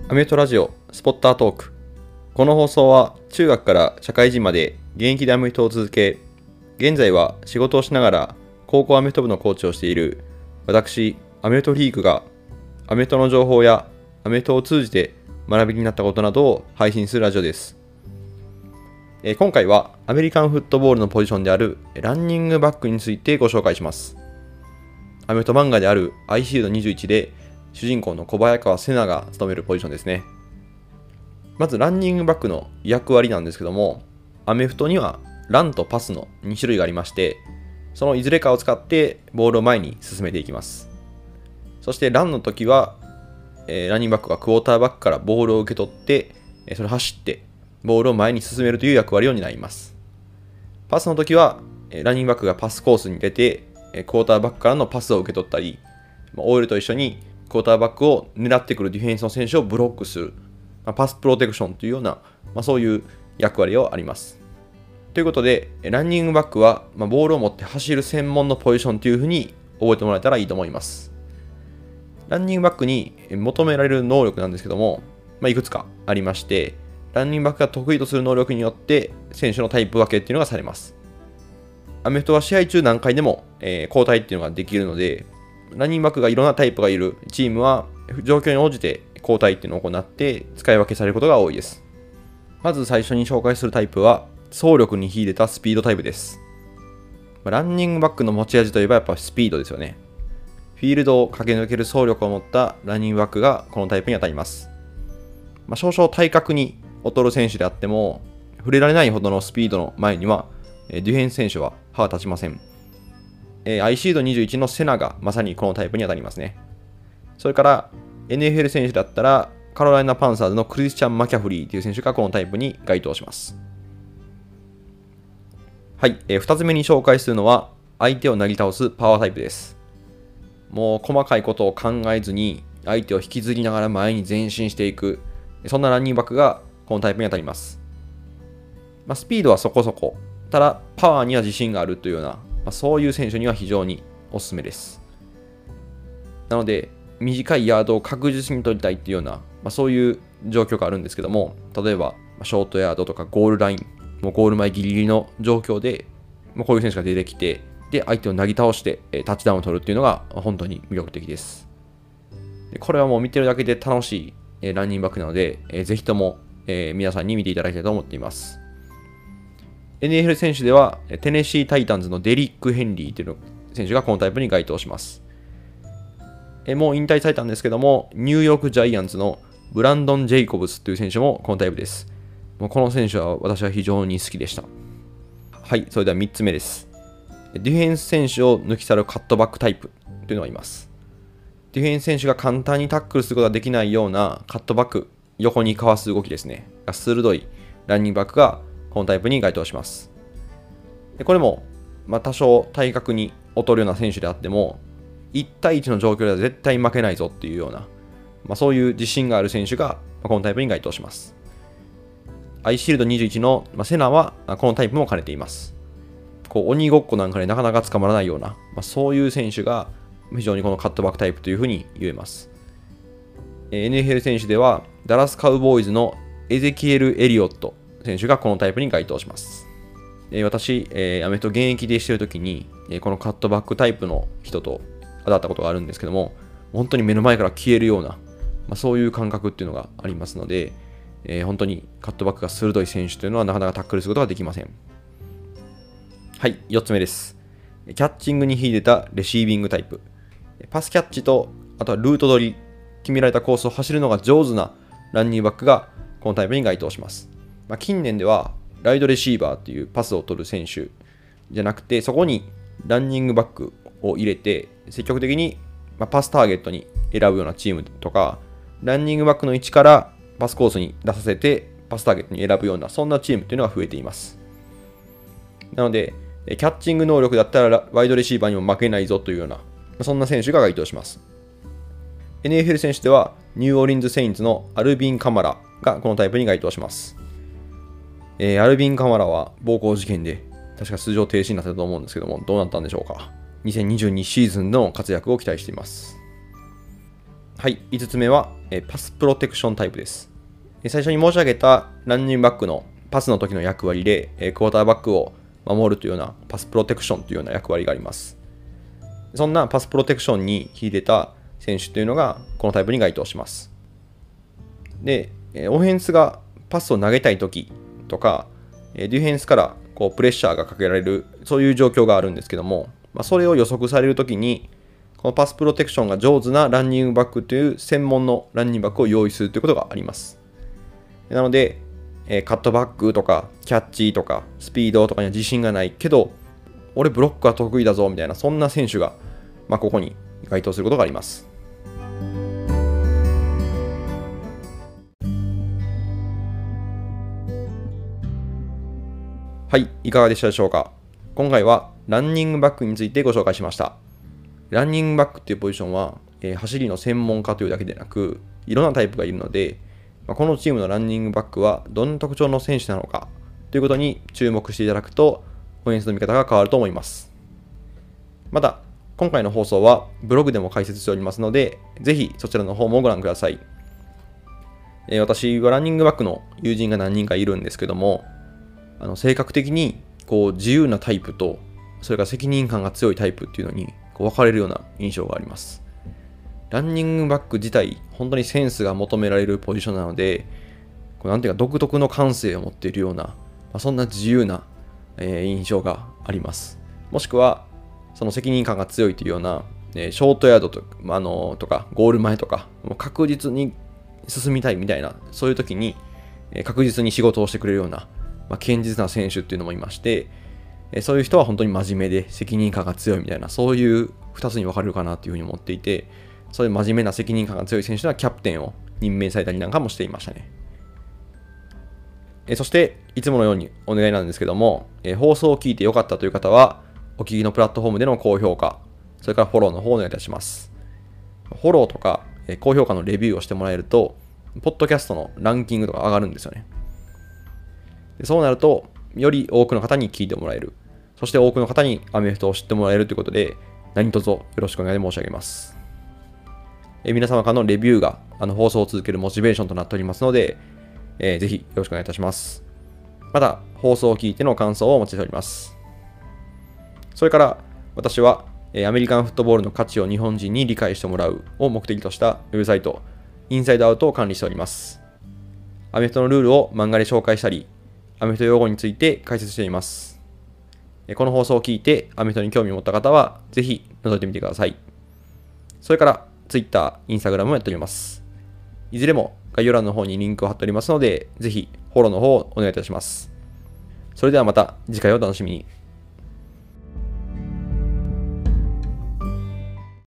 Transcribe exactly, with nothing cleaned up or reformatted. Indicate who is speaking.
Speaker 1: アメフトラジオスポッタートーク。この放送は中学から社会人まで現役でアメフトを続け、現在は仕事をしながら高校アメフト部のコーチをしている私、アメフトフリークがアメフトの情報やアメフトを通じて学びになったことなどを配信するラジオです。えー、今回はアメリカンフットボールのポジションであるランニングバックについてご紹介します。アメフト漫画であるアイシールドにじゅういちで主人公の小早川瀬名が務めるポジションですね。まずランニングバックの役割なんですけども、アメフトにはランとパスのに種類がありまして、そのいずれかを使ってボールを前に進めていきます。そしてランの時は、えー、ランニングバックがクォーターバックからボールを受け取って、えー、それを走ってボールを前に進めるという役割を担います。パスの時は、えー、ランニングバックがパスコースに出て、えー、クォーターバックからのパスを受け取ったり、オイルと一緒にクォーターバックを狙ってくるディフェンスの選手をブロックする、まあ、パスプロテクションというような、まあ、そういう役割をあります。ということで、ランニングバックは、まあ、ボールを持って走る専門のポジションというふうに覚えてもらえたらいいと思います。ランニングバックに求められる能力なんですけども、まあ、いくつかありまして、ランニングバックが得意とする能力によって選手のタイプ分けっていうのがされます。アメフトは試合中何回でも、えー、交代っていうのができるので、ランニングバックがいろんなタイプがいるチームは状況に応じて交代っていうのを行って使い分けされることが多いです。まず最初に紹介するタイプは走力に秀でたスピードタイプです。ランニングバックの持ち味といえばやっぱスピードですよね。フィールドを駆け抜ける走力を持ったランニングバックがこのタイプに当たります。まあ、少々体格に劣る選手であっても触れられないほどのスピードの前にはディフェンス選手は歯が立ちません。アイシールドにじゅういちのセナがまさにこのタイプに当たりますね。それから エヌエフエル 選手だったらカロライナ・パンサーズのクリスチャン・マキャフリーという選手がこのタイプに該当します。はい、えー、ふたつめに紹介するのは相手をなぎ倒すパワータイプです。もう細かいことを考えずに相手を引きずりながら前に前進していく、そんなランニングバックがこのタイプに当たります。まあ、スピードはそこそこ、ただパワーには自信があるというような、まあ、そういう選手には非常におすすめです。なので短いヤードを確実に取りたいっていうような、まあ、そういう状況があるんですけども、例えばショートヤードとかゴールライン、もうゴール前ギリギリの状況で、まあ、こういう選手が出てきて、で相手をなぎ倒してタッチダウンを取るっていうのが本当に魅力的です。でこれはもう見てるだけで楽しいランニングバックなので、ぜひとも皆さんに見ていただきたいと思っています。エヌエフエル 選手ではテネシー・タイタンズのデリック・ヘンリーという選手がこのタイプに該当します。もう引退されたんですけども、ニューヨーク・ジャイアンツのブランドン・ジェイコブスという選手もこのタイプです。もうこの選手は私は非常に好きでした。はい、それではみっつめです。ディフェンス選手を抜き去るカットバックタイプというのがいます。ディフェンス選手が簡単にタックルすることができないようなカットバック、横にかわす動きですね。鋭いランニングバックがこのタイプに該当します。でこれも、まあ、多少体格に劣るような選手であっても、いち対いちの状況では絶対負けないぞっていうような、まあ、そういう自信がある選手がこのタイプに該当します。アイシールドにじゅういちのセナはこのタイプも兼ねています。こう鬼ごっこなんかでなかなか捕まらないような、まあ、そういう選手が非常にこのカットバックタイプというふうに言えます。エヌエフエル 選手ではダラスカウボーイズのエゼキエル・エリオット選手がこのタイプに該当します。私、アメフト現役でしているときにこのカットバックタイプの人と当たったことがあるんですけども、本当に目の前から消えるような、まあ、そういう感覚っていうのがありますので、えー、本当にカットバックが鋭い選手というのはなかなかタックルすることができません。はい、よっつめです。キャッチングに秀でたレシービングタイプ。パスキャッチと、あとはルート取り、決められたコースを走るのが上手なランニングバックがこのタイプに該当します。まあ、近年ではライドレシーバーっていうパスを取る選手じゃなくて、そこにランニングバックを入れて積極的にパスターゲットに選ぶようなチームとか、ランニングバックの位置からパスコースに出させてパスターゲットに選ぶような、そんなチームというのが増えています。なのでキャッチング能力だったらワイドレシーバーにも負けないぞというような、そんな選手が該当します。エヌエフエル 選手ではニューオーリンズ・セインツのアルビン・カマラがこのタイプに該当します。えー、アルビン・カマラは暴行事件で確か出場停止になってたと思うんですけども、どうなったんでしょうか。にせんにじゅうにシーズンの活躍を期待しています。 はい、いつつめはえパスプロテクションタイプです。最初に申し上げたランニングバックのパスの時の役割で、クォーターバックを守るというようなパスプロテクションというような役割があります。そんなパスプロテクションに秀でた選手というのがこのタイプに該当します。で、オフェンスがパスを投げたい時とか、ディフェンスからこうプレッシャーがかけられる、そういう状況があるんですけども、まあ、それを予測される時に、このパスプロテクションが上手なランニングバックという専門のランニングバックを用意するということがあります。なので、カットバックとかキャッチとかスピードとかには自信がないけど、俺ブロックは得意だぞみたいな、そんな選手が、まあ、ここに該当することがあります。はい、いかがでしたでしょうか。今回はランニングバックについてご紹介しました。ランニングバックっていうポジションは、えー、走りの専門家というだけでなく、いろんなタイプがいるので、まあ、このチームのランニングバックはどんな特徴の選手なのかということに注目していただくと、オフェンスの見方が変わると思います。また、今回の放送はブログでも解説しておりますので、ぜひそちらの方もご覧ください。えー、私はランニングバックの友人が何人かいるんですけども、あの性格的にこう自由なタイプと、それから責任感が強いタイプっていうのに分かれるような印象があります。ランニングバック自体、本当にセンスが求められるポジションなので、こうなんていうか独特の感性を持っているような、まあ、そんな自由な、えー、印象があります。もしくは、その責任感が強いというような、えー、ショートヤードと、まあ、あのー、とか、ゴール前とか、もう確実に進みたいみたいな、そういう時に、えー、確実に仕事をしてくれるような、まあ、堅実な選手っていうのもいまして、そういう人は本当に真面目で責任感が強いみたいな、そういうふたつに分かれるかなというふうに思っていて、そういう真面目な責任感が強い選手はキャプテンを任命されたりなんかもしていましたね。そして、いつものようにお願いなんですけども、放送を聞いてよかったという方は、お聞きのプラットフォームでの高評価、それからフォローの方をお願いいたします。フォローとか高評価のレビューをしてもらえると、ポッドキャストのランキングとか上がるんですよね。そうなると、より多くの方に聞いてもらえる。そして多くの方にアメフトを知ってもらえるということで、何卒よろしくお願い申し上げます。え皆様からのレビューがあの放送を続けるモチベーションとなっておりますので、えー、ぜひよろしくお願いいたします。また、放送を聞いての感想をお待ちしております。それから、私はアメリカンフットボールの価値を日本人に理解してもらうを目的としたウェブサイト、インサイドアウトを管理しております。アメフトのルールを漫画で紹介したり、アメフト用語について解説しています。この放送を聞いてアメフトに興味を持った方は、ぜひ覗いてみてください。それから、Twitter、Instagram もやっております。いずれも概要欄の方にリンクを貼っておりますので、ぜひフォローの方をお願いいたします。それではまた次回をお楽しみに。